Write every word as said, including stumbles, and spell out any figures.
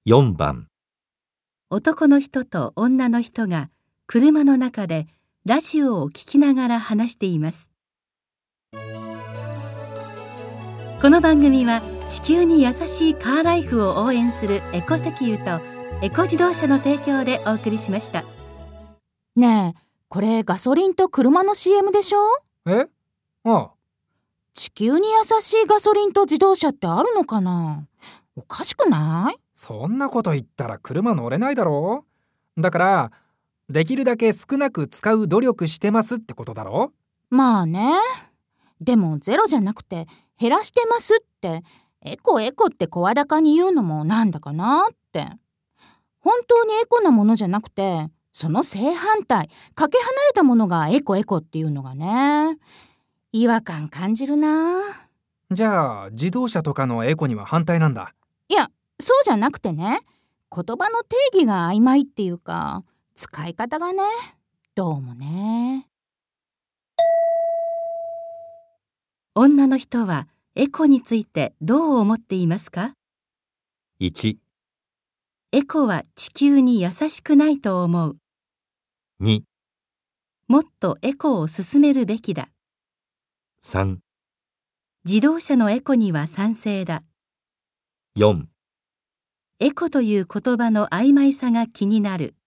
よんばん。 男の人と女の人が車の中でラジオを聞きながら話しています。この番組は地球に優しいカーライフを応援するエコ石油とエコ自動車の提供でお送りしました。 ねえ、これガソリンと車の シーエム でしょ？ え？ああ。 地球に優しいガソリンと自動車ってあるのかな？おかしくない？ そんなこと言ったら車乗れないだろう。だからできるだけ少なく使う努力してますってことだろ。 まあね。でもゼロじゃなくて減らしてますってエコエコって声高に言うのもなんだかなって。本当にエコなものじゃなくてその正反対、かけ離れたものがエコエコっていうのがね、違和感感じるな。 じゃあ自動車とかのエコには反対なんだ。 いや、そうじゃなくてね、言葉の定義が曖昧っていうか使い方がね、どうもね。 女の人はエコについてどう思っていますか？ いち、 エコは地球に優しくないと思う。 に、 もっとエコを進めるべきだ。 さん、 自動車のエコには賛成だ。 よん。 エコという言葉の曖昧さが気になる。